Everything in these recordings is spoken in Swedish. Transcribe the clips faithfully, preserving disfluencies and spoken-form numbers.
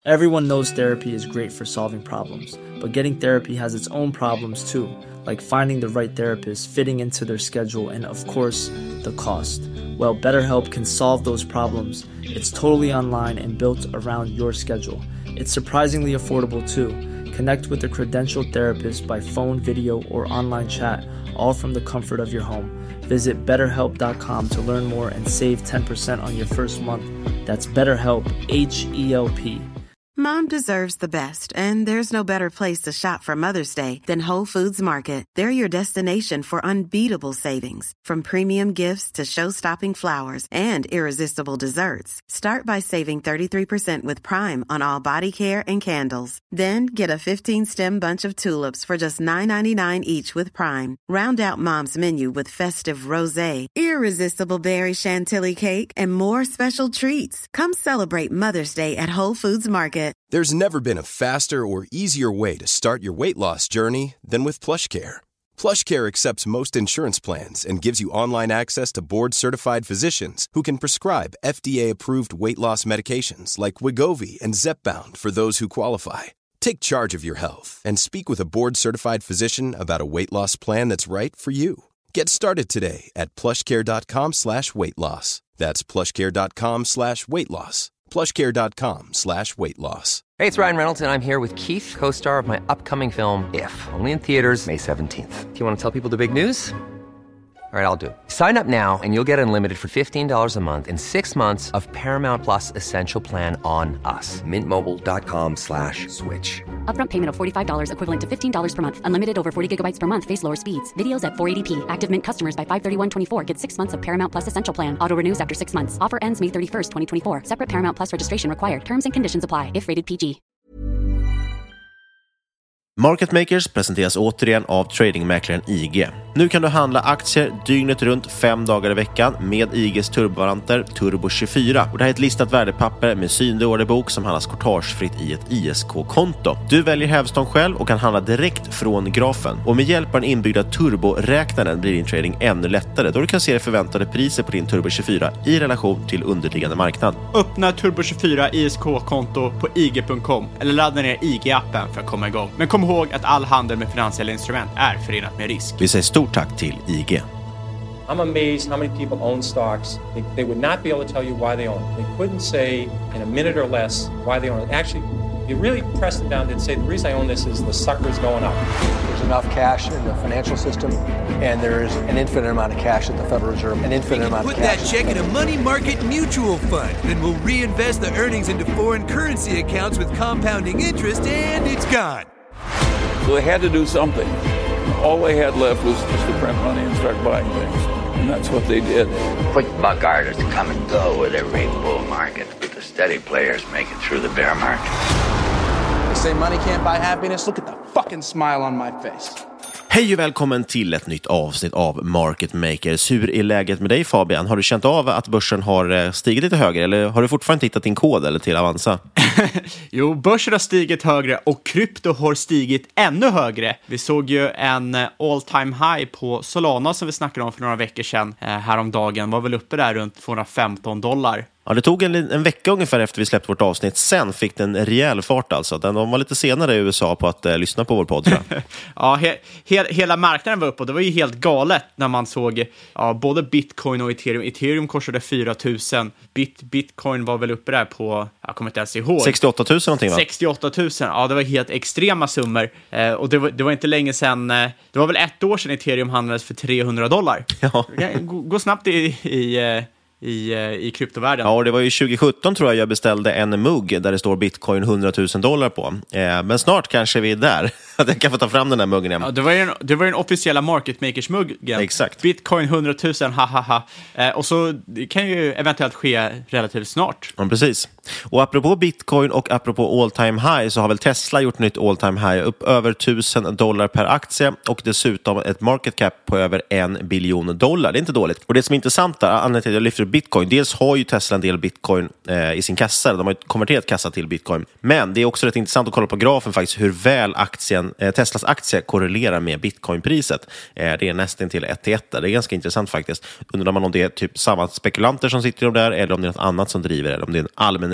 Everyone knows therapy is great for solving problems, but getting therapy has its own problems too, like finding the right therapist, fitting into their schedule, and of course, the cost. Well, BetterHelp can solve those problems. It's totally online and built around your schedule. It's surprisingly affordable too. Connect with a credentialed therapist by phone, video, or online chat, all from the comfort of your home. Visit better help dot com to learn more and save ten percent on your first month. That's BetterHelp, H E L P. Mom deserves the best, and there's no better place to shop for Mother's Day than Whole Foods Market. They're your destination for unbeatable savings, from premium gifts to show-stopping flowers and irresistible desserts. Start by saving thirty-three percent with Prime on all body care and candles. Then get a fifteen-stem bunch of tulips for just nine ninety-nine each with Prime. Round out Mom's menu with festive rosé, irresistible berry chantilly cake, and more special treats. Come celebrate Mother's Day at Whole Foods Market. There's never been a faster or easier way to start your weight loss journey than with PlushCare. PlushCare accepts most insurance plans and gives you online access to board-certified physicians who can prescribe F D A-approved weight loss medications like Wegovy and Zepbound for those who qualify. Take charge of your health and speak with a board-certified physician about a weight loss plan that's right for you. Get started today at plushcare.com slash weight loss. That's plushcare.com slash weight loss. plushcare.com slash weight loss. Hey, it's Ryan Reynolds, and I'm here with Keith, co-star of my upcoming film, If, only in theaters May seventeenth. Do you want to tell people the big news? All right, I'll do it. Sign up now and you'll get unlimited for fifteen dollars a month and six months of Paramount Plus Essential Plan on us. Mint Mobile dot com slash switch. Upfront payment of forty-five dollars equivalent to fifteen dollars per month. Unlimited over forty gigabytes per month. Face lower speeds. Videos at four eighty p. Active Mint customers by five thirty-one twenty-four get six months of Paramount Plus Essential Plan. Auto renews after six months. Offer ends May thirty-first, twenty twenty-four. Separate Paramount Plus registration required. Terms and conditions apply if rated P G. Market Makers presenteras återigen av tradingmäklaren I G. Nu kan du handla aktier dygnet runt fem dagar i veckan med I Gs turbovaranter Turbo tjugofyra. Och det här är ett listat värdepapper med synlig orderbok som handlas kortagefritt i ett I S K-konto. Du väljer hävstång själv och kan handla direkt från grafen. Och med hjälp av den inbyggda turboräknaren blir din trading ännu lättare då du kan se det förväntade priset på din Turbo tjugofyra i relation till underliggande marknad. Öppna Turbo tjugofyra I S K-konto på I G punkt com eller ladda ner I G-appen för att komma igång. Men kom ihåg att all handel med finansiella instrument är förenat med risk. Vi säger stort tack till I G. I'm amazed how many people own stocks. They, they would not be able to tell you why they own it. They couldn't say in a minute or less why they own it. Actually, you really press them down and say, the reason I own this is the sucker's going up. There's enough cash in the financial system, and there's an infinite amount of cash at the Federal Reserve. An infinite amount of cash. Put that check in a money market mutual fund. Then we'll reinvest the earnings into foreign currency accounts with compounding interest, and it's gone. So they had to do something. All they had left was just to print money and start buying things. And that's what they did. Quick buck artists come and go with every bull market, but the steady players make it through the bear market. They say money can't buy happiness. Look at the fucking smile on my face. Hej och välkommen till ett nytt avsnitt av Market Makers. Hur är läget med dig, Fabian? Har du känt av att börsen har stigit lite högre eller har du fortfarande hittat din kod eller till Avanza? Jo, börsen har stigit högre och krypto har stigit ännu högre. Vi såg ju en all time high på Solana som vi snackade om för några veckor sedan eh, häromdagen. Var väl uppe där runt tvåhundrafemton dollar. Ja, det tog en, en vecka ungefär efter vi släppte vårt avsnitt. Sen fick den en rejäl fart alltså. Den, de var lite senare i U S A på att eh, lyssna på vår podd. Ja, he, he, hela marknaden var uppe och det var ju helt galet när man såg ja, både Bitcoin och Ethereum. Ethereum korsade fyra tusen. Bit, Bitcoin var väl uppe där på, jag kommer inte ens ihåg. sextioåtta tusen någonting va? sextioåtta tusen, ja det var helt extrema summor. Eh, och det var, det var inte länge sedan, eh, det var väl ett år sedan Ethereum handlades för trehundra dollar. Ja. Gå, gå snabbt i... i eh, I, i kryptovärlden. Ja, och det var ju tjugo sjutton tror jag jag beställde en mugg där det står Bitcoin hundratusen dollar på. Eh, men snart kanske vi är där. Att jag kan få ta fram den här muggen igen. Ja, det var ju en, det var ju en officiella market makers-muggen. Exakt. Bitcoin hundratusen, hahaha. Eh, och så det kan ju eventuellt ske relativt snart. Ja, precis. Och apropå Bitcoin och apropå all time high så har väl Tesla gjort nytt all time high upp över tusen dollar per aktie och dessutom ett market cap på över en biljon dollar. Det är inte dåligt. Och det som är intressant där, anledningen till att jag lyfter Bitcoin, dels har ju Tesla en del Bitcoin eh, i sin kassa, de har ju konverterat kassa till Bitcoin, men det är också rätt intressant att kolla på grafen faktiskt hur väl aktien, eh, Teslas aktie korrelerar med Bitcoinpriset. Eh, det är nästan till ett till ett där. Det är ganska intressant faktiskt. Undrar man om det är typ samma spekulanter som sitter där eller om det är något annat som driver eller om det är en allmän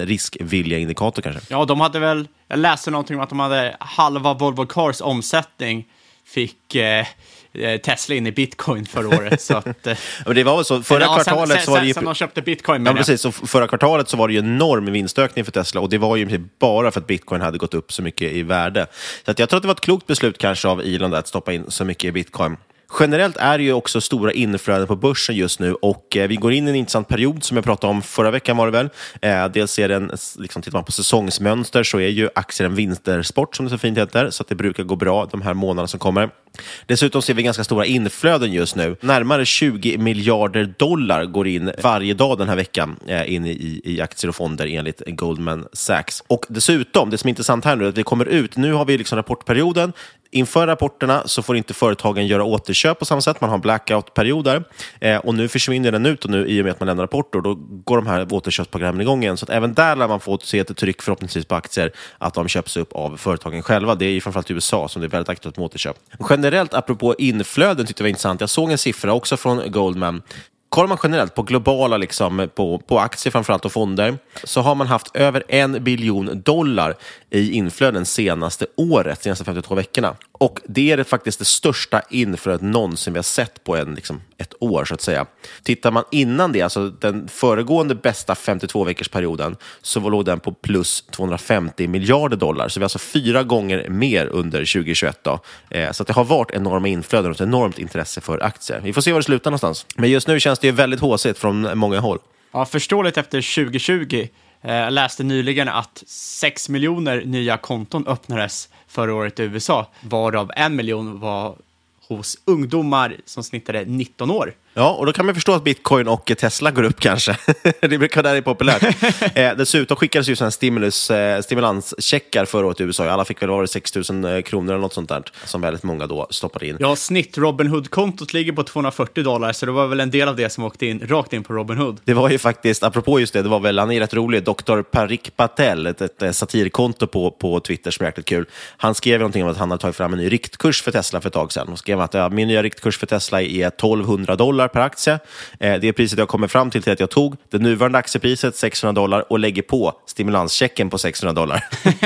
en riskvilliga indikator kanske. Ja, de hade väl, jag läste någonting om att de hade halva Volvo Cars omsättning fick eh, Tesla in i Bitcoin förra året. Så att, eh, men det var väl så, förra ja, kvartalet sen, så var det ju... Sen de köpte Bitcoin. Ja, precis. Så förra kvartalet så var det ju enorm vinstökning för Tesla och det var ju bara för att Bitcoin hade gått upp så mycket i värde. Så att jag tror att det var ett klokt beslut kanske av Elon att stoppa in så mycket i Bitcoin. Generellt är det ju också stora inflöden på börsen just nu och eh, vi går in i en intressant period som jag pratade om förra veckan var det väl. Eh, dels är det en, liksom, tittar man på säsongsmönster så är ju aktier en vintersport som det så fint heter, så att det brukar gå bra de här månaderna som kommer. Dessutom ser vi ganska stora inflöden just nu. Närmare tjugo miljarder dollar går in varje dag den här veckan eh, in i, i aktier och fonder enligt Goldman Sachs. Och dessutom, det som är intressant här nu är att det kommer ut, nu har vi liksom rapportperioden. Inför rapporterna så får inte företagen göra återköp på samma sätt. Man har blackout-perioder. Eh, och nu försvinner den ut och nu i och med att man lämnar rapporter då går de här återköpsprogrammen igång igen. Så att även där lär man få se ett tryck förhoppningsvis på aktier att de köps upp av företagen själva. Det är ju framförallt i U S A som det är väldigt aktivt med återköp. Generellt, apropå inflöden tyckte jag var intressant. Jag såg en siffra också från Goldman. Kollar man generellt på globala liksom, på, på aktier framförallt och fonder så har man haft över en biljon dollar i inflöden senaste året, senaste femtiotvå veckorna. Och det är det faktiskt det största inflödet någonsin vi har sett på en, liksom, ett år så att säga. Tittar man innan det, alltså den föregående bästa femtiotvå veckors perioden så låg den på plus tvåhundrafemtio miljarder dollar. Så vi har alltså fyra gånger mer under tjugohundratjugoett då. Eh, så att det har varit enorma inflöden och ett enormt intresse för aktier. Vi får se var det slutar någonstans. Men just nu känns det ju väldigt håsigt från många håll. Ja, förståeligt efter tjugohundratjugo. Jag läste nyligen att sex miljoner nya konton öppnades förra året i U S A, varav en miljon var hos ungdomar som snittade nitton år. Ja, och då kan man förstå att Bitcoin och Tesla går upp kanske. Det brukar vara populärt. eh, dessutom skickades ju sådana stimulus, eh, stimulanscheckar förra året i U S A. Alla fick väl vara sex tusen kronor eller något sånt där som väldigt många då stoppade in. Ja, snitt Robinhood-kontot ligger på tvåhundrafyrtio dollar så det var väl en del av det som åkte in rakt in på Robinhood. Det var ju faktiskt, apropå just det, det var väl, han är rätt rolig, doktor Parik Patel, ett, ett, ett satirkonto på, på Twitter som är jäkligt kul. Han skrev någonting om att han hade tagit fram en ny riktkurs för Tesla för ett tag sedan. Och skrev att ja, min nya riktkurs för Tesla är tolvhundra dollar per aktie. Eh, det priset jag kommer fram till till att jag tog det nuvarande aktiepriset sexhundra dollar och lägger på stimulanschecken på sexhundra dollar.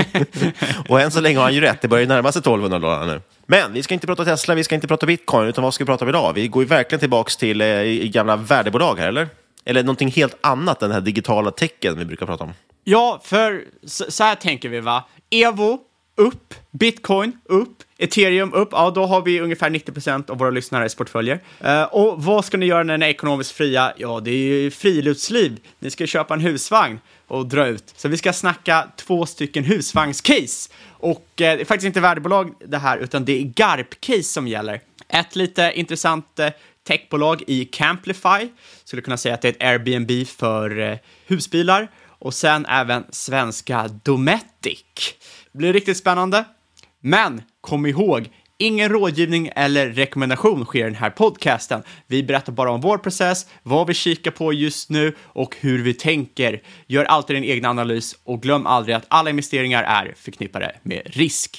Och än så länge har han ju rätt, det börjar ju närma sig tolvhundra dollar nu. Men vi ska inte prata Tesla, vi ska inte prata Bitcoin, utan vad ska vi prata om idag? Vi går ju verkligen tillbaka till eh, gamla värdebolag här, eller? Eller någonting helt annat än den här digitala tecken vi brukar prata om. Ja, för så, så här tänker vi va. Evo upp, Bitcoin upp, Ethereum upp, ja då har vi ungefär nittio procent av våra lyssnare i portföljer. Uh, och vad ska ni göra när ni är ekonomiskt fria? Ja, det är ju friluftsliv. Ni ska köpa en husvagn och dra ut. Så vi ska snacka två stycken husvagnscase. Och uh, det är faktiskt inte värdebolag det här, utan det är G A R P-case som gäller. Ett lite intressant uh, techbolag i Camplify. Skulle kunna säga att det är ett Airbnb för uh, husbilar. Och sen även svenska Dometic. Det blir riktigt spännande. Men kom ihåg, ingen rådgivning eller rekommendation sker i den här podcasten. Vi berättar bara om vår process, vad vi kikar på just nu och hur vi tänker. Gör alltid din egen analys och glöm aldrig att alla investeringar är förknippade med risk.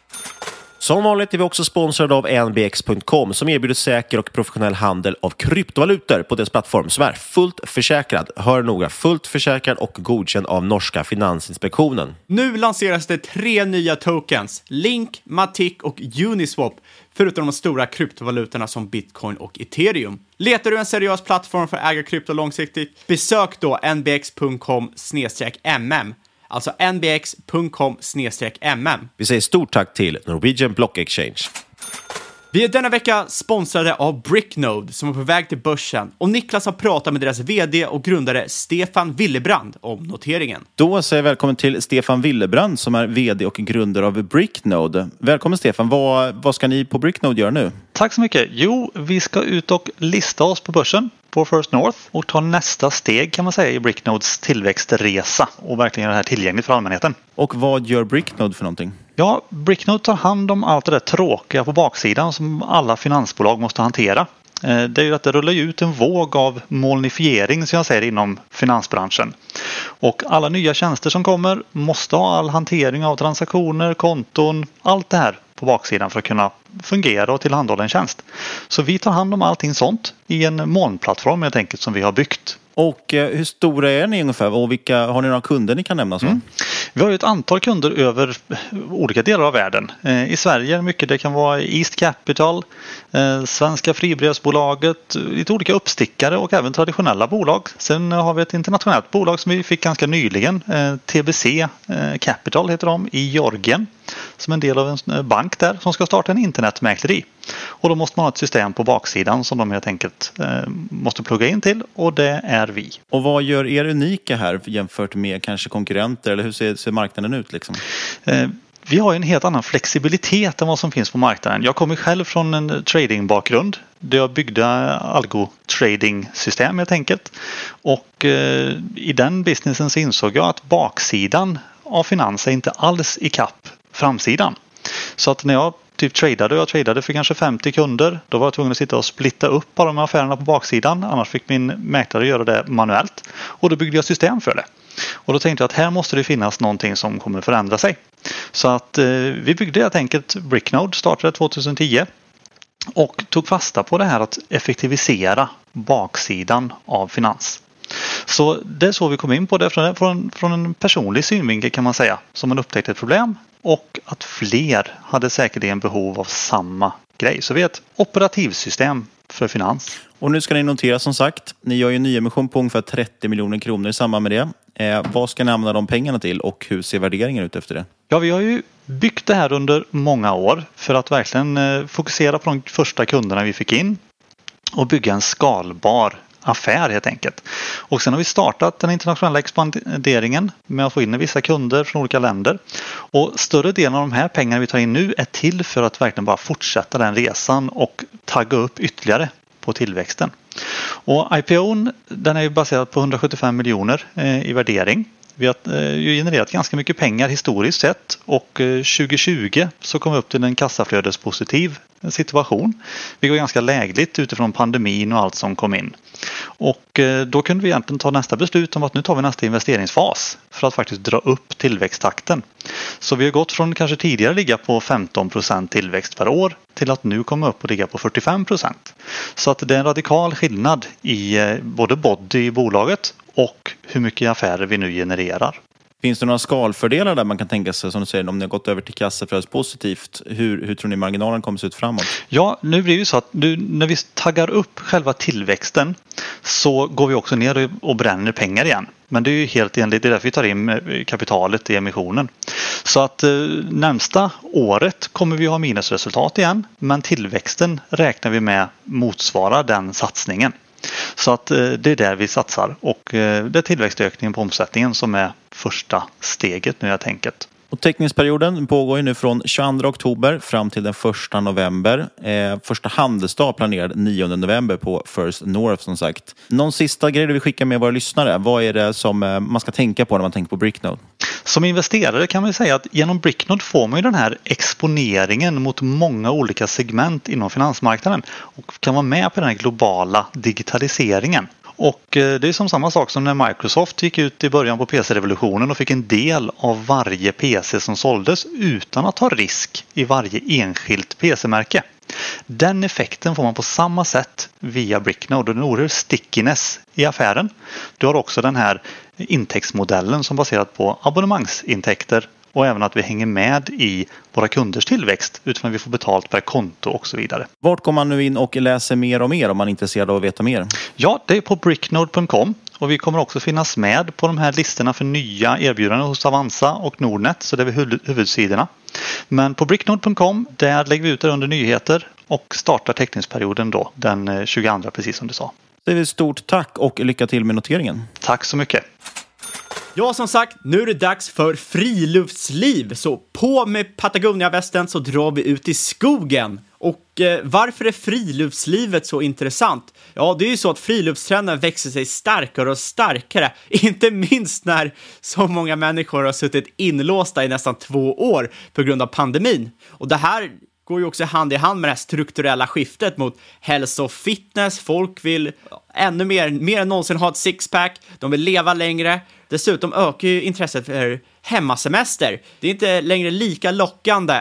Som vanligt är vi också sponsrade av N B X punkt com som erbjuder säker och professionell handel av kryptovalutor på dess plattform som är fullt försäkrad. Hör noga, fullt försäkrad och godkänd av norska Finansinspektionen. Nu lanseras det tre nya tokens, Link, Matic och Uniswap, förutom de stora kryptovalutorna som Bitcoin och Ethereum. Letar du en seriös plattform för att äga krypto långsiktigt? Besök då N B X punkt com slash M M. Alltså N B X punkt com slash M M. Vi säger stort tack till Norwegian Block Exchange. Vi är denna vecka sponsrade av Bricknode som är på väg till börsen. Och Niklas har pratat med deras vd och grundare Stefan Willebrand om noteringen. Då säger jag välkommen till Stefan Willebrand som är vd och grundare av Bricknode. Välkommen Stefan, vad, vad ska ni på Bricknode göra nu? Tack så mycket. Jo, vi ska ut och lista oss på börsen på First North och ta nästa steg kan man säga i Bricknodes tillväxtresa och verkligen göra det här tillgängligt för allmänheten. Och vad gör Bricknode för någonting? Ja, Bricknode tar hand om allt det där tråkiga på baksidan som alla finansbolag måste hantera. Det är ju att det rullar ut en våg av molnifiering som jag säger inom finansbranschen. Och alla nya tjänster som kommer måste ha all hantering av transaktioner, konton, allt det här på baksidan för att kunna fungera och tillhandahålla en tjänst. Så vi tar hand om allting sånt i en molnplattform helt enkelt som vi har byggt. Och eh, hur stora är ni ungefär? Och vilka, har ni några kunder ni kan nämna? Så? Mm. Vi har ju ett antal kunder över olika delar av världen. Eh, I Sverige mycket, det kan vara East Capital, eh, Svenska Fribrevsbolaget, lite olika uppstickare och även traditionella bolag. Sen har vi ett internationellt bolag som vi fick ganska nyligen, eh, T B C eh, Capital heter de, i Georgien. Som en del av en bank där som ska starta en internetmäkleri. Och då måste man ha ett system på baksidan som de helt enkelt eh, måste plugga in till, och det är vi. Och vad gör er unika här jämfört med kanske konkurrenter, eller hur ser, ser marknaden ut liksom? Eh, vi har en helt annan flexibilitet än vad som finns på marknaden. Jag kommer själv från en tradingbakgrund där jag byggde algo-trading-system helt enkelt. Och eh, i den businessen så insåg jag att baksidan av finans är inte alls i kapp framsidan. Så att när jag typ tradade, och jag tradade för kanske femtio kunder, då var jag tvungen att sitta och splitta upp alla de här affärerna på baksidan. Annars fick min mäklare göra det manuellt. Och då byggde jag system för det. Och då tänkte jag att här måste det finnas någonting som kommer förändra sig. Så att eh, vi byggde helt enkelt Bricknode, startade tjugohundratio. Och tog fasta på det här att effektivisera baksidan av finans. Så det är så vi kom in på det från, från, från en personlig synvinkel kan man säga. Som man upptäckte ett problem och att fler hade säkerligen behov av samma grej. Så vi är ett operativsystem för finans. Och nu ska ni notera som sagt, ni gör ju en nyemission på ungefär trettio miljoner kronor i samband med det. Eh, vad ska ni använda de pengarna till och hur ser värderingen ut efter det? Ja, vi har ju byggt det här under många år för att verkligen eh, fokusera på de första kunderna vi fick in och bygga en skalbar affär helt enkelt. Och sen har vi startat den internationella expanderingen med att få in vissa kunder från olika länder. Och större delen av de här pengarna vi tar in nu är till för att verkligen bara fortsätta den resan och tagga upp ytterligare på tillväxten. Och I P O:n, den är ju baserad på hundrasjuttiofem miljoner eh, i värdering. Vi har eh, ju genererat ganska mycket pengar historiskt sett och eh, tjugo tjugo så kom vi upp till en kassaflödespositiv situation. Vi går ganska lägligt utifrån pandemin och allt som kom in. Och eh, då kunde vi egentligen ta nästa beslut om att nu tar vi nästa investeringsfas för att faktiskt dra upp tillväxttakten. Så vi har gått från kanske tidigare ligga på femton procent tillväxt per år till att nu komma upp och ligga på fyrtiofem procent. Så att det är en radikal skillnad i eh, både body i bolaget och hur mycket affärer vi nu genererar. Finns det några skalfördelar där man kan tänka sig, som du säger, om ni har gått över till kassaflödes positivt, hur, hur tror ni marginalen kommer se ut framåt? Ja, nu blir det ju så att nu, när vi taggar upp själva tillväxten så går vi också ner och bränner pengar igen. Men det är ju helt enligt, det är därför vi tar in kapitalet i emissionen. Så att eh, närmsta året kommer vi ha minusresultat igen, men tillväxten räknar vi med motsvarar den satsningen. Så att eh, det är där vi satsar och eh, det är tillväxtökningen på omsättningen som är första steget nu helt enkelt. Och teckningsperioden pågår ju nu från tjugoandra oktober fram till den första november. Eh, första handelsdag planerad nionde november på First North som sagt. Någon sista grej du vill skicka med våra lyssnare? Vad är det som eh, man ska tänka på när man tänker på Bricknode? Som investerare kan man säga att genom Bricknode får man ju den här exponeringen mot många olika segment inom finansmarknaden och kan vara med på den här globala digitaliseringen. Och det är som samma sak som när Microsoft gick ut i början på P C-revolutionen och fick en del av varje P C som såldes utan att ta risk i varje enskilt P C-märke. Den effekten får man på samma sätt via Bricknode och den oerhört stickiness i affären. Du har också den här intäktsmodellen som baseras på abonnemangsintäkter och även att vi hänger med i våra kunders tillväxt utifrån att vi får betalt per konto och så vidare. Vart går man nu in och läser mer och mer om man är intresserad av att veta mer? Ja, det är på bricknode punkt com och vi kommer också finnas med på de här listorna för nya erbjudanden hos Avanza och Nordnet, så det är huvud- huvudsidorna. Men på bricknode punkt com där lägger vi ut det under nyheter och startar teckningsperioden då den tjugoandra precis som du sa. Det är stort tack och lycka till med noteringen. Tack så mycket. Ja, som sagt, nu är det dags för friluftsliv. Så på med Patagonia-västen så drar vi ut i skogen. Och eh, varför är friluftslivet så intressant? Ja, det är ju så att friluftstrenden växer sig starkare och starkare. Inte minst när så många människor har suttit inlåsta i nästan två år på grund av pandemin. Och det här går ju också hand i hand med det här strukturella skiftet mot hälsa och fitness. Folk vill ännu mer, mer än någonsin ha ett sixpack. De vill leva längre. Dessutom ökar ju intresset för hemmasemester. Det är inte längre lika lockande att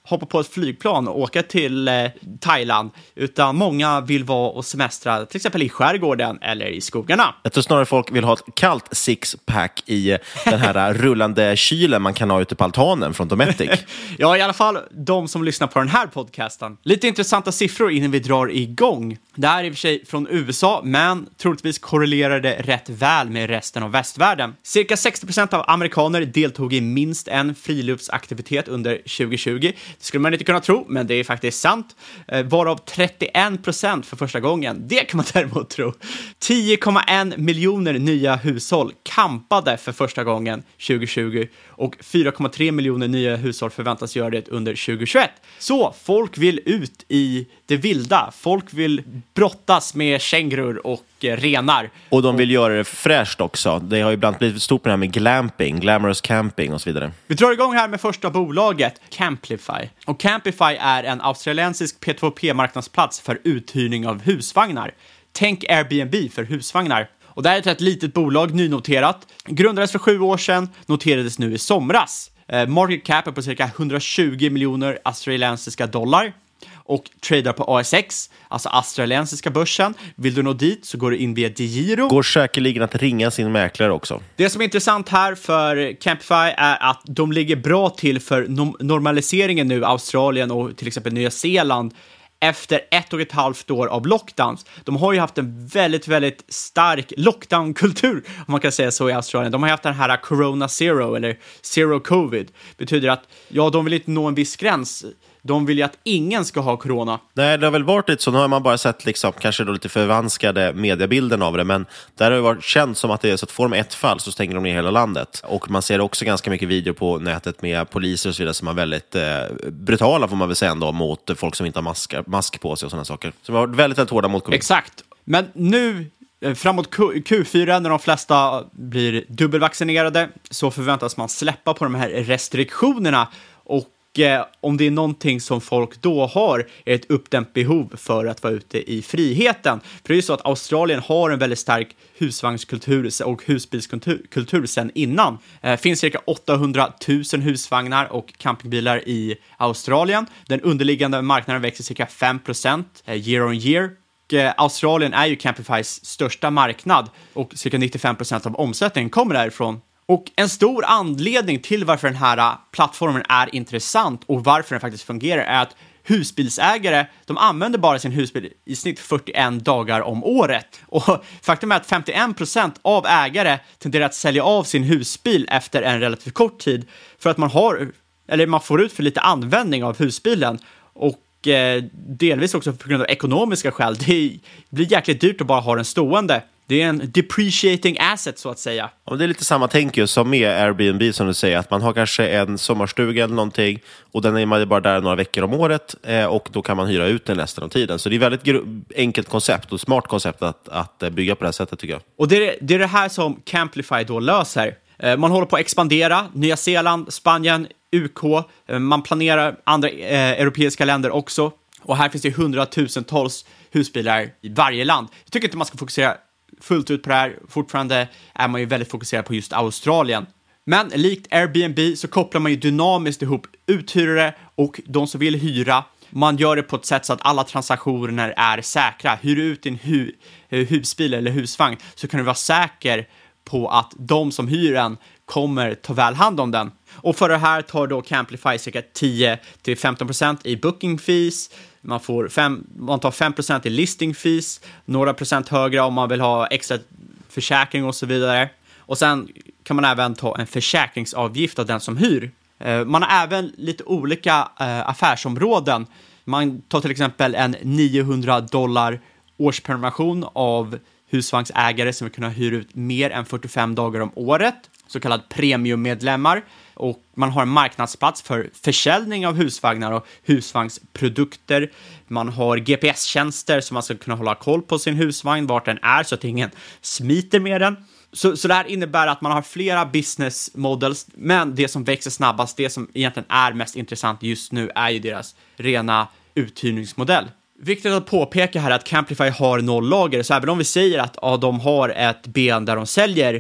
hoppa på ett flygplan och åka till eh, Thailand, utan många vill vara och semestra till exempel i skärgården eller i skogarna. Jag tror snarare folk vill ha ett kallt sixpack i den här rullande kylen man kan ha ute på altanen från Dometic. Ja, i alla fall de som lyssnar på den här podcasten. Lite intressanta siffror innan vi drar igång. Det här är i och för sig från U S A, men troligtvis korrelerar det rätt väl med resten av västvärlden. Cirka sextio procent av amerikaner deltog i minst en friluftsaktivitet under tjugo tjugo. Det skulle man inte kunna tro, men det är faktiskt sant. Varav trettioen procent för första gången. Det kan man däremot tro. tio komma en miljoner nya hushåll kampade för första gången tjugo tjugo och fyra komma tre miljoner nya hushåll förväntas göra det under tjugo tjugoett. Så folk vill ut i det vilda. Folk vill brottas med kängurur och renar. Och de vill göra det fräscht också. Det har ju ibland blivit stort med det här med glamping, glamorous camping och så vidare. Vi drar igång här med första bolaget, Camplify. Och Camplify är en australiensisk P två P-marknadsplats för uthyrning av husvagnar. Tänk Airbnb för husvagnar. Och det här är ett litet bolag, nynoterat. Grundades för sju år sedan, noterades nu i somras. Eh, market cap är på cirka hundratjugo miljoner australiensiska dollar. Och tradar på A S X, alltså australiensiska börsen. Vill du nå dit så går du in via DeGiro. Går säkerligen att ringa sin mäklare också. Det som är intressant här för Camplify är att de ligger bra till för normaliseringen nu, Australien och till exempel Nya Zeeland, efter ett och ett halvt år av lockdowns. De har ju haft en väldigt, väldigt stark lockdown-kultur, om man kan säga så, i Australien. De har haft den här Corona Zero, eller Zero Covid. Betyder att, ja, de vill inte nå en viss gräns. De vill ju att ingen ska ha corona. Nej, det har väl varit lite så. Nu har man bara sett liksom, kanske då lite förvanskade mediebilden av det. Men där har det varit känt som att det är så att får de ett fall så stänger de ner hela landet. Och man ser också ganska mycket video på nätet med poliser och så vidare som är väldigt eh, brutala, får man väl säga ändå, mot folk som inte har maskar, mask på sig och sådana saker. Så de har varit väldigt, väldigt hårda mot covid. Exakt. Men nu, framåt Q fyra, när de flesta blir dubbelvaccinerade, så förväntas man släppa på de här restriktionerna. Och eh, om det är någonting som folk då har, är ett uppdämt behov för att vara ute i friheten. För det är ju så att Australien har en väldigt stark husvagnskultur och husbilskultur sedan innan. Det eh, finns cirka åttahundratusen husvagnar och campingbilar i Australien. Den underliggande marknaden växer cirka fem procent eh, year on year. Australien är ju Camplifys största marknad och cirka nittiofem procent av omsättningen kommer därifrån. Och en stor anledning till varför den här plattformen är intressant och varför den faktiskt fungerar är att husbilsägare, de använder bara sin husbil i snitt fyrtioen dagar om året. Och faktum är att femtioen procent av ägare tenderar att sälja av sin husbil efter en relativt kort tid för att man har, eller man får ut för lite användning av husbilen. Och Eh, delvis också på grund av ekonomiska skäl. Det blir jäkligt dyrt att bara ha den stående. Det är en depreciating asset, så att säga. Ja, det är lite samma tänk ju som med Airbnb, som du säger. Att man har kanske en sommarstuga eller någonting och den är man bara där några veckor om året eh, och då kan man hyra ut den resten av tiden. Så det är väldigt gr- enkelt koncept och smart koncept att, att bygga på det här sättet, tycker jag. Och det är det, är det här som Camplify då löser. Eh, man håller på att expandera. Nya Zeeland, Spanien, U K. Man planerar andra eh, europeiska länder också. Och här finns det hundratusentals husbilar i varje land. Jag tycker inte man ska fokusera fullt ut på det här. Fortfarande är man ju väldigt fokuserad på just Australien. Men likt Airbnb så kopplar man ju dynamiskt ihop uthyrare och de som vill hyra. Man gör det på ett sätt så att alla transaktioner är säkra. Hyr du ut din hu- husbil eller husvagn så kan du vara säker på att de som hyr den kommer ta väl hand om den. Och för det här tar då Camplify cirka tio till femton procent i booking fees. Man, får fem, man tar fem procent i listing fees. Några procent högre om man vill ha extra försäkring och så vidare. Och sen kan man även ta en försäkringsavgift av den som hyr. Man har även lite olika affärsområden. Man tar till exempel en niohundra dollar årsprenumeration av husvagnsägare som vill kunna hyra ut mer än fyrtiofem dagar om året, så kallad premiummedlemmar. Och man har en marknadsplats för försäljning av husvagnar och husvagnsprodukter. Man har G P S-tjänster så man ska kunna hålla koll på sin husvagn, vart den är, så att ingen smiter med den. Så, så det här innebär att man har flera business models, men det som växer snabbast, det som egentligen är mest intressant just nu, är ju deras rena uthyrningsmodell. Viktigt att påpeka här att Camplify har noll lager, så även om vi säger att ja, de har ett ben där de säljer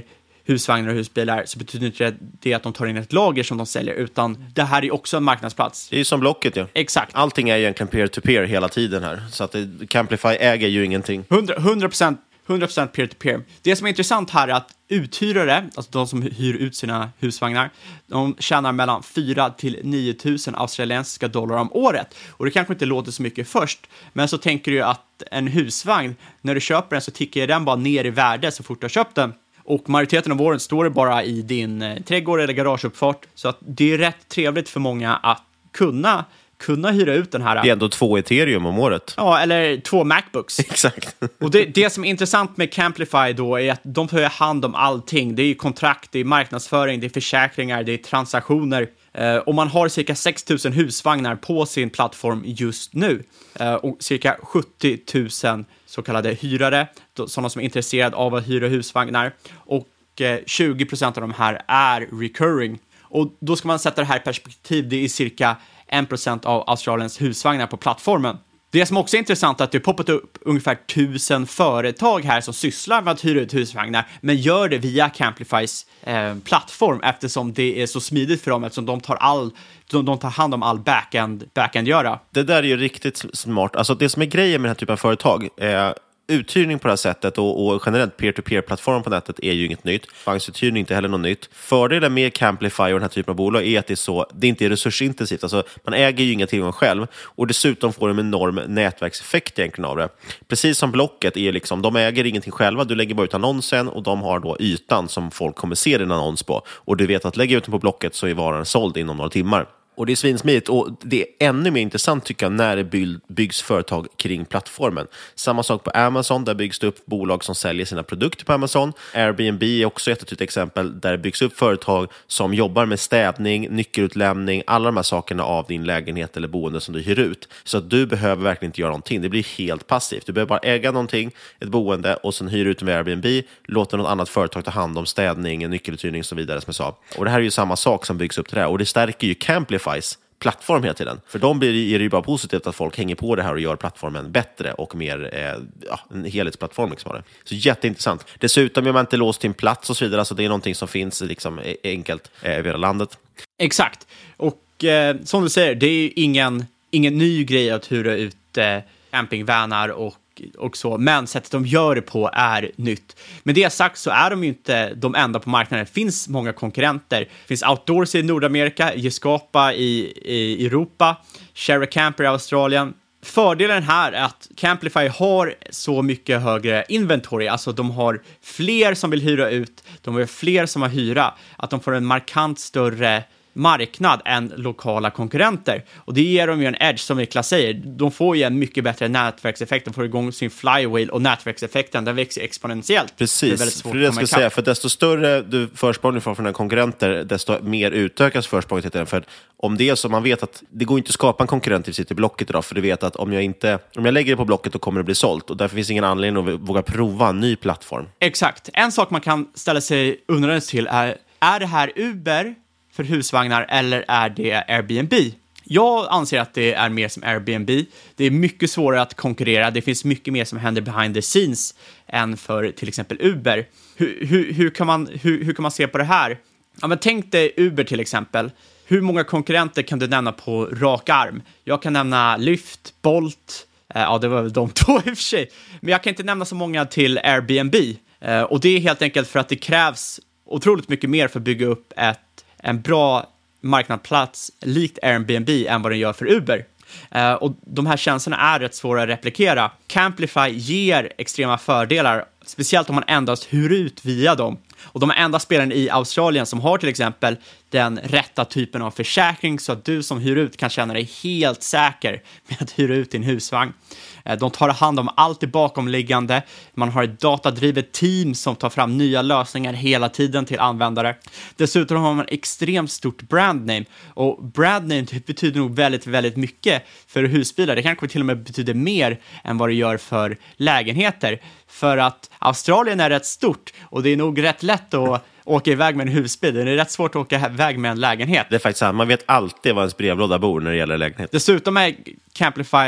husvagnar och husbilar så betyder inte det att de tar in ett lager som de säljer, utan det här är också en marknadsplats. Det är ju som Blocket, ja. Exakt. Allting är egentligen peer-to-peer hela tiden här. Så att det, Camplify äger ju ingenting. hundra procent peer-to-peer. Det som är intressant här är att uthyrare, alltså de som hyr ut sina husvagnar, de tjänar mellan fyra till nio tusen australiensiska dollar om året. Och det kanske inte låter så mycket först, men så tänker du att en husvagn, när du köper den så tickar den bara ner i värde så fort du har köpt den. Och majoriteten av åren står det bara i din eh, trädgård eller garageuppfart. Så att det är rätt trevligt för många att kunna, kunna hyra ut den här. Det är ändå två Ethereum om året. Ja, eller två MacBooks. Exakt. Och det, det som är intressant med Camplify då är att de tar hand om allting. Det är kontrakt, det är marknadsföring, det är försäkringar, det är transaktioner. Eh, och man har cirka sex tusen husvagnar på sin plattform just nu. Eh, och cirka sjuttio tusen så kallade hyrare, sådana som är intresserade av att hyra husvagnar. Och eh, tjugo procent av de här är recurring. Och då ska man sätta det här i perspektiv, det är cirka en procent av Australiens husvagnar på plattformen. Det som också är intressant är att det poppat upp ungefär tusen företag här som sysslar med att hyra ut husvagnar, men gör det via Camplifys eh, plattform eftersom det är så smidigt för dem, eftersom de tar, all, de, de tar hand om all backend, backend-göra. Det där är ju riktigt smart. Alltså det som är grejen med den här typen av företag är uthyrning på det här sättet och, och generellt peer-to-peer-plattform på nätet är ju inget nytt. Banksuthyrning är inte heller något nytt. Fördelen med Camplify och den här typen av bolag är att det, är så, det inte är resursintensivt. Alltså, man äger ju inga tillgångar själv och dessutom får de en enorm nätverkseffekt egentligen av det. Precis som Blocket är liksom, de äger ingenting själva. Du lägger bara ut annonsen och de har då ytan som folk kommer se din annons på. Och du vet att lägga ut den på Blocket så är varan såld inom några timmar. Och det är svinsmidigt och det är ännu mer intressant tycker jag när det byggs företag kring plattformen. Samma sak på Amazon, där byggs det upp bolag som säljer sina produkter på Amazon. Airbnb är också ett tydligt exempel där det byggs upp företag som jobbar med städning, nyckelutlämning, alla de här sakerna av din lägenhet eller boende som du hyr ut. Så att du behöver verkligen inte göra någonting, det blir helt passivt. Du behöver bara äga någonting, ett boende och sen hyr ut med Airbnb, låta något annat företag ta hand om städning, nyckeluthyrning och så vidare som jag sa. Och det här är ju samma sak som byggs upp till det här och det stärker ju Camplify plattform hela tiden. För dem blir det, är det ju bara positivt att folk hänger på det här och gör plattformen bättre och mer eh, ja, en helhetsplattform liksom. Så jätteintressant. Dessutom är man inte låst till en plats och så vidare, alltså det är någonting som finns liksom enkelt eh, över hela landet. Exakt. Och eh, som du säger, det är ju ingen, ingen ny grej att hyra ut eh, campingvänner och och så, men sättet de gör det på är nytt. Med det sagt så är de ju inte de enda på marknaden. Det finns många konkurrenter. Det finns Outdoors i Nordamerika, Jescapa i, i Europa, Share Camper i Australien. Fördelen här är att Camplify har så mycket högre inventory, alltså de har fler som vill hyra ut, de har fler som har hyra, att de får en markant större marknad än lokala konkurrenter. Och det ger dem ju en edge som Niklas säger. De får ju en mycket bättre nätverkseffekt. De får igång sin flywheel och nätverkseffekten den växer exponentiellt. Precis, det är för det jag ska säga. För desto större du försprång får från dina konkurrenter, desto mer utökas försprånget. För att om det är så man vet att det går inte att skapa en konkurrent i sitt Blocket idag, för du vet att om jag inte om jag lägger det på Blocket då kommer det bli sålt och därför finns ingen anledning att våga prova en ny plattform. Exakt. En sak man kan ställa sig undrande till är, är det här Uber för husvagnar eller är det Airbnb? Jag anser att det är mer som Airbnb. Det är mycket svårare att konkurrera. Det finns mycket mer som händer behind the scenes än för till exempel Uber. Hur, hur, hur, kan, man, hur, hur kan man se på det här? Ja, men tänk dig Uber till exempel. Hur många konkurrenter kan du nämna på rak arm? Jag kan nämna Lyft, Bolt. Eh, ja, det var väl de två i och för sig. Men jag kan inte nämna så många till Airbnb. Eh, och det är helt enkelt för att det krävs otroligt mycket mer för att bygga upp ett en bra marknadsplats likt Airbnb än vad den gör för Uber. Uh, och de här tjänsterna är rätt svåra att replikera. Camplify ger extrema fördelar, speciellt om man endast hyr ut via dem. Och de är enda spelaren i Australien som har till exempel den rätta typen av försäkring så att du som hyr ut kan känna dig helt säker med att hyra ut din husvagn. De tar hand om allt det bakomliggande. Man har ett datadrivet team som tar fram nya lösningar hela tiden till användare. Dessutom har man extremt stort brandname. Och brandname betyder nog väldigt, väldigt mycket för husbilar. Det kanske till och med betyder mer än vad det gör för lägenheter. För att Australien är rätt stort och det är nog rätt lätt att åka iväg med en husbil. Det är rätt svårt att åka iväg med en lägenhet. Det är faktiskt så här, man vet alltid var ens brevlåda bor när det gäller lägenhet. Dessutom är Camplify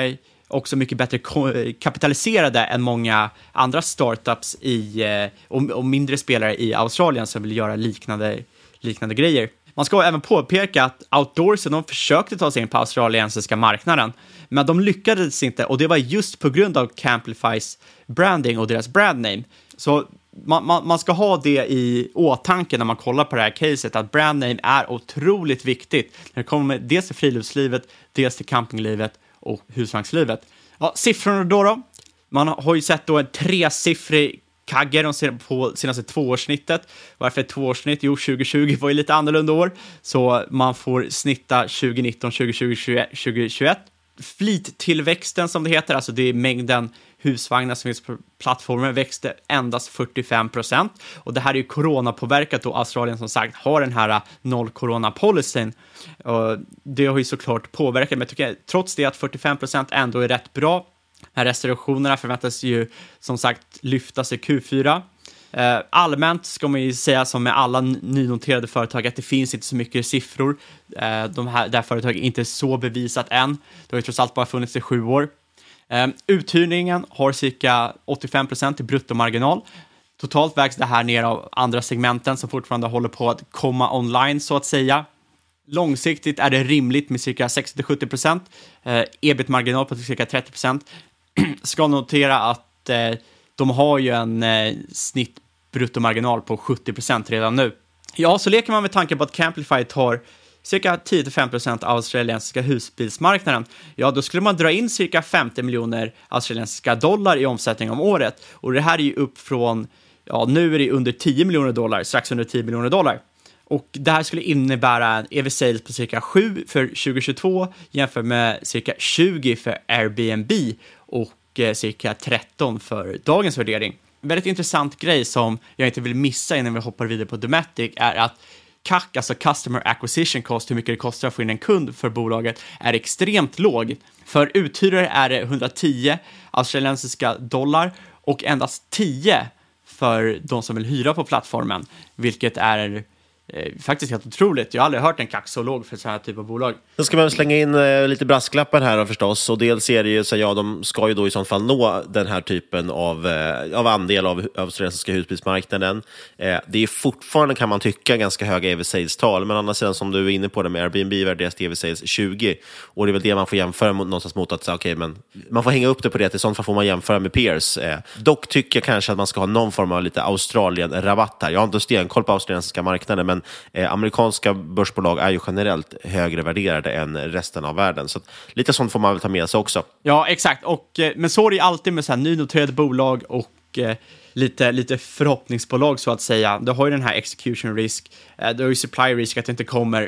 också mycket bättre kapitaliserade än många andra startups i, och, och mindre spelare i Australien som vill göra liknande, liknande grejer. Man ska även påpeka att Outdoorsen, de försökte ta sig in på australiensiska marknaden, men de lyckades inte, och det var just på grund av Camplifys branding och deras brandname. Så man, man, man ska ha det i åtanke när man kollar på det här caset, att brandname är otroligt viktigt när det kommer dels till friluftslivet, dels till campinglivet och husvagnslivet. Ja, siffrorna då då? Man har ju sett då en tresiffrig kagge de ser på senaste tvåårssnittet. Varför ett tvåårssnitt? Jo, tjugo tjugo var ju lite annorlunda år. Så man får snitta tjugo nitton, tjugo tjugo, tjugo tjugoett. Flittillväxten som det heter, alltså det är mängden husvagnar som finns på plattformen, växte endast fyrtiofem procent. Och det här är ju coronapåverkat då Australien som sagt har den här noll-corona-policyn. Och det har ju såklart påverkat, men jag tycker trots det att fyrtiofem procent ändå är rätt bra. Här restriktionerna förväntas ju som sagt lyftas i Q fyra. Eh, allmänt ska man ju säga som med alla nynoterade företag att det finns inte så mycket siffror. Eh, de här, det här företaget är inte så bevisat än. Det har ju trots allt bara funnits i sju år. Eh, uthyrningen har cirka åttiofem procent i bruttomarginal. Totalt vägs det här ner av andra segmenten som fortfarande håller på att komma online så att säga. Långsiktigt är det rimligt med cirka sextio till sjuttio procent. Eh, E B I T-marginal på cirka trettio procent. Ska notera att eh, de har ju en eh, snitt bruttomarginal på sjuttio procent redan nu. Ja, så leker man med tanken på att Camplify tar cirka tio till femton procent av australiensiska husbilsmarknaden. Ja, då skulle man dra in cirka femtio miljoner australiensiska dollar i omsättning om året. Och det här är ju upp från, ja nu är det under tio miljoner dollar, strax under tio miljoner dollar. Och det här skulle innebära en E V-sales på cirka sju för tjugo tjugotvå jämfört med cirka tjugo för Airbnb och eh, cirka tretton för dagens värdering. En väldigt intressant grej som jag inte vill missa innan vi hoppar vidare på Dometic är att C A C, alltså Customer Acquisition Cost, hur mycket det kostar att få in en kund för bolaget, är extremt låg. För uthyrare är det hundratio australiensiska dollar och endast tio för de som vill hyra på plattformen, vilket är Eh, faktiskt helt otroligt. Jag har aldrig hört en kack så låg för så här typ av bolag. Då ska man slänga in eh, lite brasklappar här då, förstås. Och dels är det ju så ja, de ska ju då i sånt fall nå den här typen av, eh, av andel av australiensiska husbilsmarknaden. Eh, det är fortfarande, kan man tycka, ganska höga E V-sales-tal. Men annars sidan, som du är inne på det med Airbnb, värderas E V-sales tjugo. Och det är väl det man får jämföra mot, någonstans mot att säga, okej, men man får hänga upp det på det. I sånt fall får man jämföra med peers. Eh, dock tycker jag kanske att man ska ha någon form av lite Australien-rabatt här. Jag har inte stenkoll på australiensiska marknaden, men Eh, amerikanska börsbolag är ju generellt högre värderade än resten av världen. Så att, lite sånt får man väl ta med sig också. Ja, exakt. Och, eh, men så är det alltid med så här nynoterade bolag och eh, lite, lite förhoppningsbolag så att säga. Det har ju den här execution risk. Eh, det har ju supply risk att det inte kommer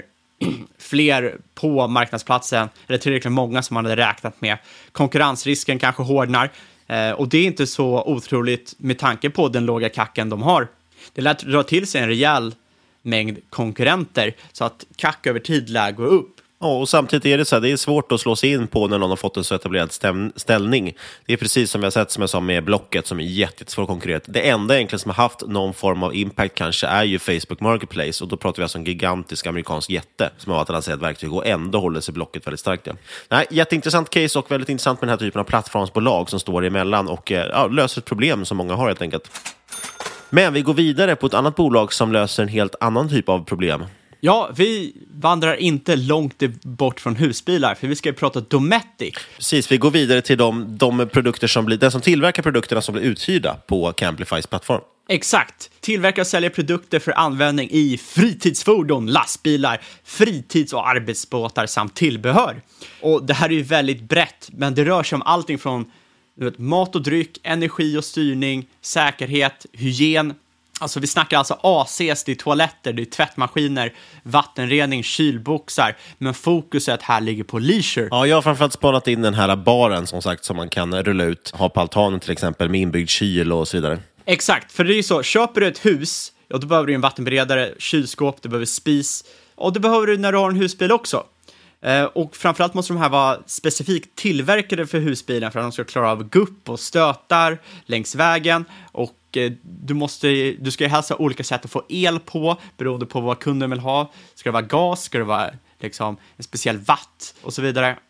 fler på marknadsplatsen eller tillräckligt många som man hade räknat med. Konkurrensrisken kanske hårdnar. Eh, och det är inte så otroligt med tanke på den låga kacken de har. Det lät dra till sig en rejäl mängd konkurrenter så att C A C över tid lär gå upp. Ja, och samtidigt är det så här, det är svårt att slå sig in på när någon har fått en så etablerad stäm- ställning. Det är precis som vi har sett, som jag sa, med Blocket som är jättesvårt konkurrent. Det enda egentligen som har haft någon form av impact kanske är ju Facebook Marketplace, och då pratar vi alltså om en gigantisk amerikansk jätte som har ett annat sätt verktyg, och ändå håller sig Blocket väldigt starkt. Ja. Nej, jätteintressant case och väldigt intressant med den här typen av plattformsbolag som står emellan och ja, löser ett problem som många har helt enkelt. Men vi går vidare på ett annat bolag som löser en helt annan typ av problem. Ja, vi vandrar inte långt bort från husbilar, för vi ska ju prata Dometic. Precis, vi går vidare till de, de produkter som blir, den som tillverkar produkterna som blir uthyrda på Camplifys plattform. Exakt. Tillverkar och säljer produkter för användning i fritidsfordon, lastbilar, fritids- och arbetsbåtar samt tillbehör. Och det här är ju väldigt brett, men det rör sig om allting från du vet, mat och dryck, energi och styrning, säkerhet, hygien. Alltså vi snackar alltså A C:s, det är toaletter, det är tvättmaskiner, vattenrening, kylboxar. Men fokuset här ligger på leisure. Ja, jag har framförallt spanat in den här baren som sagt som man kan rulla ut, ha på altanen till exempel med inbyggd kyl och så vidare. Exakt, för det är ju så, köper du ett hus, ja då behöver du en vattenberedare, kylskåp, du behöver spis. Och det behöver du när du har en husbil också. Eh, och framförallt måste de här vara specifikt tillverkade för husbilen för att de ska klara av gupp och stötar längs vägen. Och eh, du, måste, du ska ju helst ha olika sätt att få el på beroende på vad kunden vill ha. Ska det vara gas, ska det vara liksom, en speciell watt och så vidare.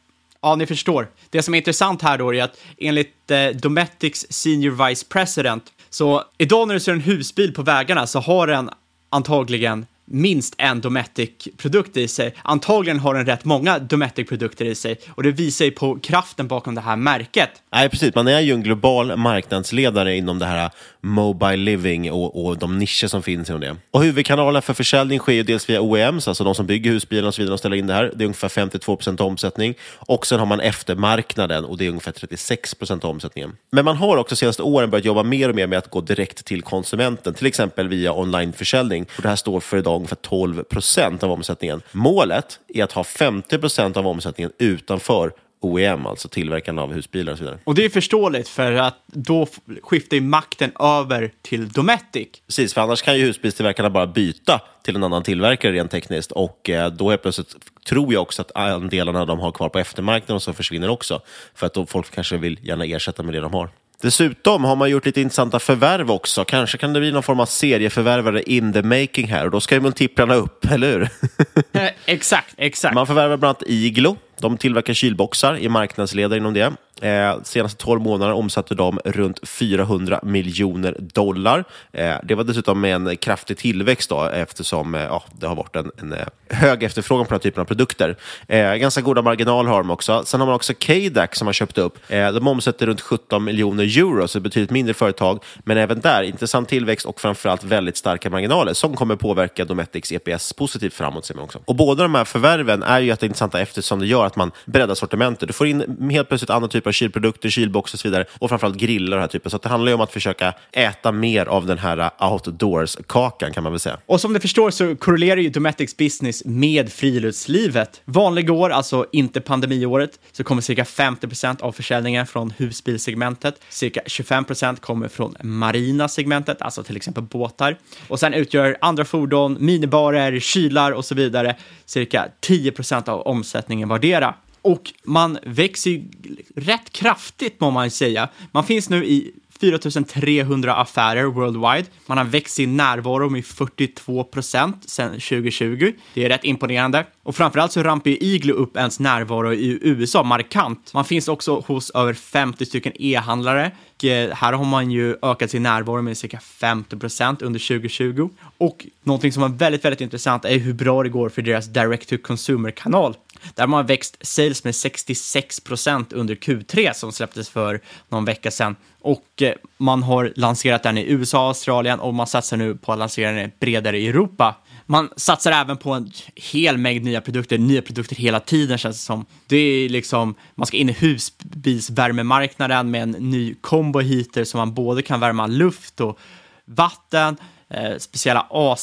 Ja, ni förstår. Det som är intressant här då är att enligt eh, Dometics Senior Vice President, så idag när du ser en husbil på vägarna så har den antagligen minst en Dometic-produkt i sig. Antagligen har den rätt många Dometic-produkter i sig. Och det visar ju på kraften bakom det här märket. Nej, precis. Man är ju en global marknadsledare inom det här mobile living och, och de nischer som finns inom det. Och huvudkanalerna för försäljning sker ju dels via O E Ms, alltså de som bygger husbilar och så vidare och ställer in det här. Det är ungefär femtiotvå procent omsättning. Och sen har man eftermarknaden och det är ungefär trettiosex procent av omsättningen. Men man har också senaste åren börjat jobba mer och mer med att gå direkt till konsumenten. Till exempel via onlineförsäljning. Och det här står för idag ungefär tolv procent av omsättningen. Målet är att ha femtio procent av omsättningen utanför O E M, alltså tillverkarna av husbilar och så vidare. Och det är förståeligt för att då skiftar ju makten över till Dometic. Precis, för annars kan ju husbilstillverkarna bara byta till en annan tillverkare rent tekniskt och eh, då är plötsligt tror jag också att andelarna de har kvar på eftermarknaden och så försvinner också för att då folk kanske vill gärna ersätta med det de har. Dessutom har man gjort lite intressanta förvärv också. Kanske kan det bli någon form av serieförvärvare in the making här och då ska ju multiplarna upp, eller hur? eh, exakt, exakt. Man förvärvar bland annat Iglo. De tillverkar kylboxar i marknadsledare inom det. Eh, senaste tolv månader omsatte de runt fyrahundra miljoner dollar. Eh, det var dessutom med en kraftig tillväxt då, eftersom eh, ja, det har varit en, en eh, hög efterfrågan på den här typen av produkter. Eh, ganska goda marginaler har de också. Sen har man också K D A C som har köpt upp. Eh, de omsätter runt sjutton miljoner euro, så det betyder ett mindre företag. Men även där, intressant tillväxt och framförallt väldigt starka marginaler som kommer påverka Dometics E P S positivt framåt. Ser man också. Och båda de här förvärven är ju jätteintressanta eftersom det gör att man breddar sortimentet. Du får in helt plötsligt andra typer av kylprodukter, kylbox och så vidare och framförallt grillar och här typen. Så det handlar ju om att försöka äta mer av den här outdoors-kakan kan man väl säga. Och som ni förstår så korrelerar ju Dometics business med friluftslivet. Vanlig år, alltså inte pandemiåret, så kommer cirka femtio procent av försäljningen från husbilsegmentet. Cirka tjugofem procent kommer från marina segmentet, alltså till exempel båtar. Och sen utgör andra fordon, minibarer, kylar och så vidare cirka tio procent av omsättningen vardera. Och man växer ju rätt kraftigt må man säga. Man finns nu i fyra tusen trehundra affärer worldwide. Man har växt sin närvaro med fyrtiotvå procent sedan tjugo tjugo. Det är rätt imponerande. Och framförallt så rampar ju Iglo upp ens närvaro i U S A markant. Man finns också hos över femtio stycken e-handlare. Och här har man ju ökat sin närvaro med cirka femtio procent under tjugo tjugo. Och någonting som är väldigt, väldigt intressant är hur bra det går för deras direct-to-consumer-kanal. Där man har växt sales med sextiosex procent under Q tre som släpptes för någon vecka sedan. Och man har lanserat den i U S A och Australien och man satsar nu på att lansera den bredare i Europa. Man satsar även på en hel mängd nya produkter, nya produkter hela tiden känns det som. Det är liksom, man ska in i husbilsvärmemarknaden med en ny combo heater som man både kan värma luft och vatten, eh, speciella A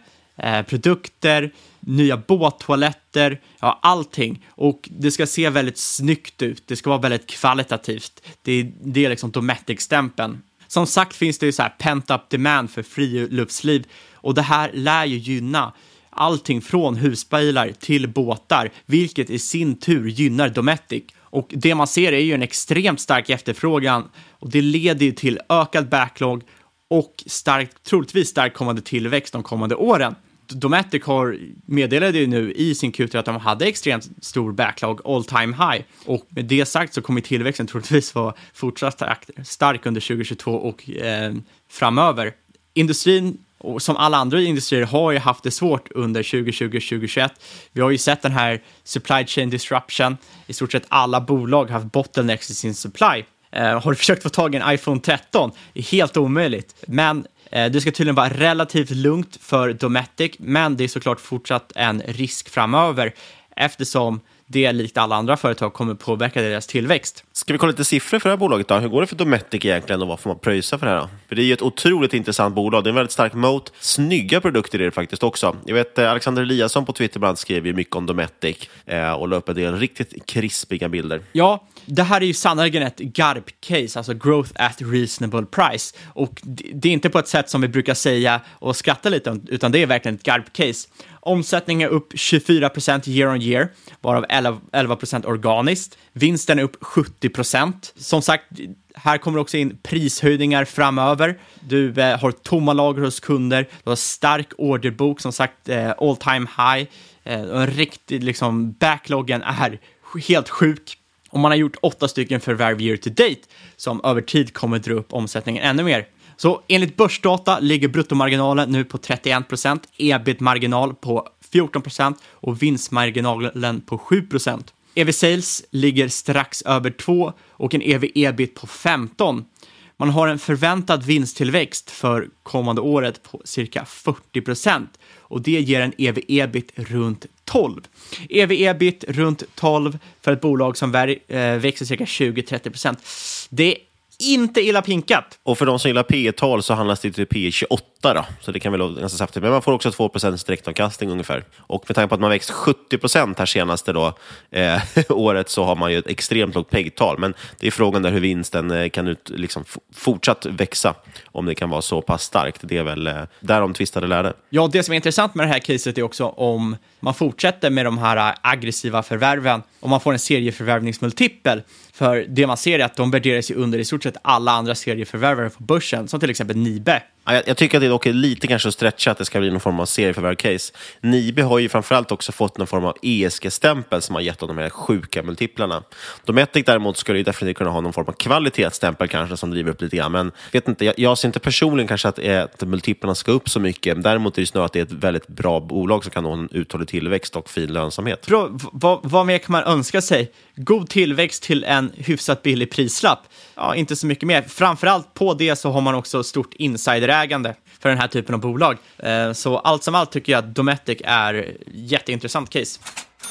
C-produkter, eh, nya båttoaletter, ja allting. Och det ska se väldigt snyggt ut, det ska vara väldigt kvalitativt. Det är, det är liksom Dometic-stämpeln. Som sagt finns det ju så här pent-up demand för friluftsliv och det här lär ju gynna allting från husbilar till båtar, vilket i sin tur gynnar Dometic. Och det man ser är ju en extremt stark efterfrågan och det leder ju till ökad backlog och starkt, troligtvis stark kommande tillväxt de kommande åren. Dometic har meddelade ju nu i sin Q tre att de hade extremt stor backlog, all time high. Och med det sagt så kommer tillväxten troligtvis vara fortsatt stark under tjugo tjugotvå och eh, framöver. Industrin, och som alla andra industrier, har ju haft det svårt under tjugo tjugo till tjugo tjugoett. Vi har ju sett den här supply chain disruption. I stort sett alla bolag har haft bottlenecks i sin supply. Eh, har du försökt få tag i en iPhone tretton? Det är helt omöjligt. Men eh, det ska tydligen vara relativt lugnt för Dometic. Men det är såklart fortsatt en risk framöver eftersom det likt alla andra företag kommer påverka deras tillväxt. Ska vi kolla lite siffror för det här bolaget då? Hur går det för Dometic egentligen och vad får man pröjsa för det här då? För det är ju ett otroligt intressant bolag. Det är en väldigt stark moat. Snygga produkter är det faktiskt också. Jag vet Alexander Eliasson på Twitter bland skrev ju mycket om Dometic eh, och la upp en del riktigt krispiga bilder. Ja, det här är ju sannoliken ett G A R P-case, alltså Growth at Reasonable Price. Och det är inte på ett sätt som vi brukar säga och skratta lite om, utan det är verkligen ett G A R P-case. Omsättningen är upp tjugofyra procent year on year, varav elva procent organiskt. Vinsten är upp sjuttio procent. Som sagt, här kommer också in prishöjningar framöver. Du eh, har tomma lager hos kunder. Du har stark orderbok, som sagt eh, all time high. Eh, en riktig liksom, backloggen är helt sjuk. Och man har gjort åtta stycken förvärv year to date som över tid kommer dra upp omsättningen ännu mer. Så enligt börsdata ligger bruttomarginalen nu på trettioen procent, E B I T-marginal på fjorton procent och vinstmarginalen på sju procent. E V-sales ligger strax över två och en E V-E B I T på femton. Man har en förväntad vinsttillväxt för kommande året på cirka fyrtio procent och det ger en E V-E B I T runt tolv. E V-E B I T runt tolv för ett bolag som växer cirka tjugo till trettio procent. Det är inte illa pinkat. Och för de som gillar P E-tal så handlas det till P E tjugoåtta då. Så det kan väl vara ganska saftigt. Men man får också två procent direktavkastning ungefär. Och med tanke på att man växt sjuttio procent här senaste då, eh, året så har man ju ett extremt lågt P E-tal. Men det är frågan där hur vinsten eh, kan ut, liksom, f- fortsatt växa. Om det kan vara så pass starkt. Det är väl eh, där de tvistade lärde. Ja, det som är intressant med det här caset är också om man fortsätter med de här aggressiva förvärven. Om man får en serieförvärvningsmultipel. För det man ser är att de värderar sig under i stort sett alla andra serieförvärvare på börsen. Som till exempel Nibe. Jag, jag tycker att det är dock lite kanske att stretcha att det ska bli någon form av serieförvärv-case. Nibe har ju framförallt också fått någon form av E S G-stämpel som har gett dem de här sjuka multiplarna. Dometic däremot skulle ju definitivt kunna ha någon form av kvalitetsstämpel kanske som driver upp lite grann. Men vet inte, jag, jag ser inte personligen kanske att, att multiplarna ska upp så mycket. Däremot är det snarare att det är ett väldigt bra bolag som kan nå en uthållig tillväxt och fin lönsamhet. Bra, vad, vad mer kan man önska sig? God tillväxt till en hyfsat billig prislapp. Ja, inte så mycket mer. Framförallt på det så har man också stort insiderägande för den här typen av bolag. Så allt som allt tycker jag att Dometic är jätteintressant case.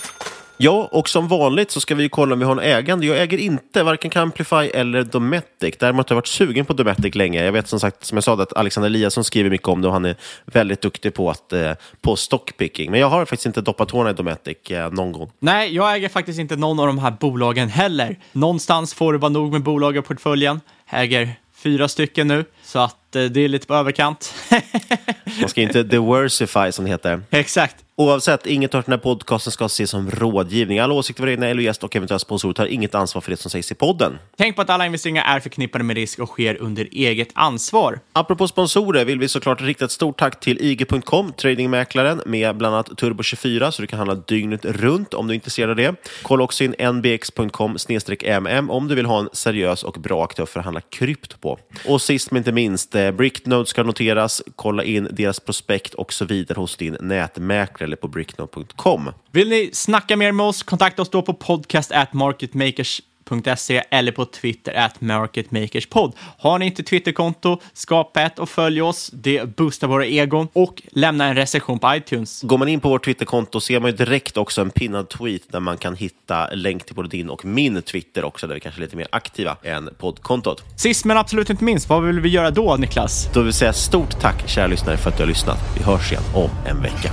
Ja, och som vanligt så ska vi kolla om vi har en ägande. Jag äger inte varken Camplify eller Dometic. Däremot har jag varit sugen på Dometic länge. Jag vet som sagt, som jag sa, att Alexander Eliasson skriver mycket om det och han är väldigt duktig på, att, eh, på stockpicking. Men jag har faktiskt inte doppat tårna i Dometic eh, någon gång. Nej, jag äger faktiskt inte någon av de här bolagen heller. Någonstans får det vara nog med bolag i portföljen. Jag äger fyra stycken nu, så att eh, det är lite på överkant. Man ska inte diversify som det heter. Exakt. Oavsett, inget av den här podcasten ska ses som rådgivning. Alla åsikter var egna, eller gäst och eventuella sponsorer tar inget ansvar för det som sägs i podden. Tänk på att alla investeringar är förknippade med risk och sker under eget ansvar. Apropå sponsorer vill vi såklart rikta ett stort tack till I G punkt com, tradingmäklaren med bland annat Turbo tjugofyra, så du kan handla dygnet runt om du är intresserad av det. Kolla också in N B X punkt com slash M M om du vill ha en seriös och bra aktör för att handla krypto på. Och sist men inte minst, eh, Bricknode ska noteras. Kolla in deras prospekt och så vidare hos din nätmäklare eller på bricknode punkt com. Vill ni snacka mer med oss? Kontakta oss då på podcast at marketmakers punkt se eller på Twitter at marketmakerspod. Har ni inte Twitterkonto, skapa ett och följ oss. Det boostar våra egon och lämna en recension på iTunes. Går man in på vårt Twitterkonto ser man ju direkt också en pinnad tweet där man kan hitta länk till både din och min Twitter också, där vi kanske är lite mer aktiva än poddkontot. Sist men absolut inte minst, vad vill vi göra då, Niklas? Då vill säga stort tack, kära lyssnare, för att du har lyssnat. Vi hörs igen om en vecka.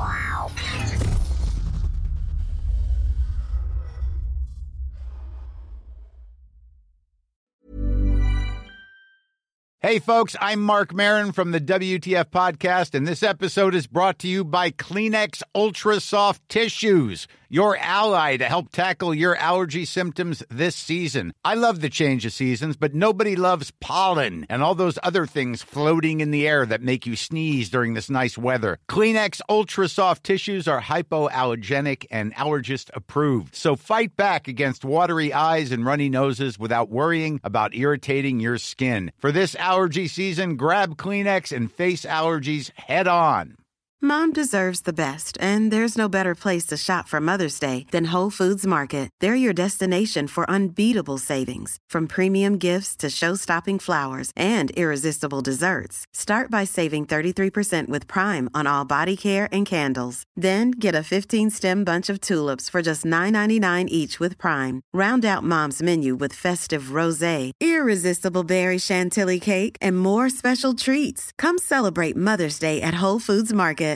Hey, folks, I'm Mark Maron from the W T F Podcast, and this episode is brought to you by Kleenex Ultra Soft Tissues, your ally to help tackle your allergy symptoms this season. I love the change of seasons, but nobody loves pollen and all those other things floating in the air that make you sneeze during this nice weather. Kleenex Ultra Soft Tissues are hypoallergenic and allergist approved, so fight back against watery eyes and runny noses without worrying about irritating your skin. For this allergy season, grab Kleenex and face allergies head on. Mom deserves the best, and there's no better place to shop for Mother's Day than Whole Foods Market. They're your destination for unbeatable savings, from premium gifts to show-stopping flowers and irresistible desserts. Start by saving thirty-three percent with Prime on all body care and candles. Then get a fifteen-stem bunch of tulips for just nine ninety-nine each with Prime. Round out Mom's menu with festive rosé, irresistible berry chantilly cake, and more special treats. Come celebrate Mother's Day at Whole Foods Market.